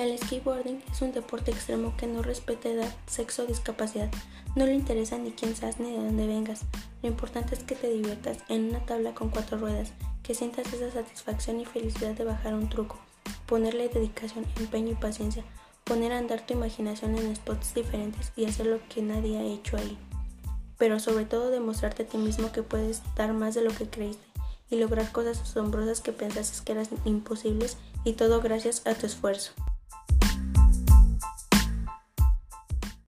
El skateboarding es un deporte extremo que no respeta edad, sexo o discapacidad. No le interesa ni quién seas ni de dónde vengas. Lo importante es que te diviertas en una tabla con 4 ruedas, que sientas esa satisfacción y felicidad de bajar un truco, ponerle dedicación, empeño y paciencia, poner a andar tu imaginación en spots diferentes y hacer lo que nadie ha hecho ahí. Pero sobre todo demostrarte a ti mismo que puedes dar más de lo que creíste y lograr cosas asombrosas que pensaste que eran imposibles, y todo gracias a tu esfuerzo.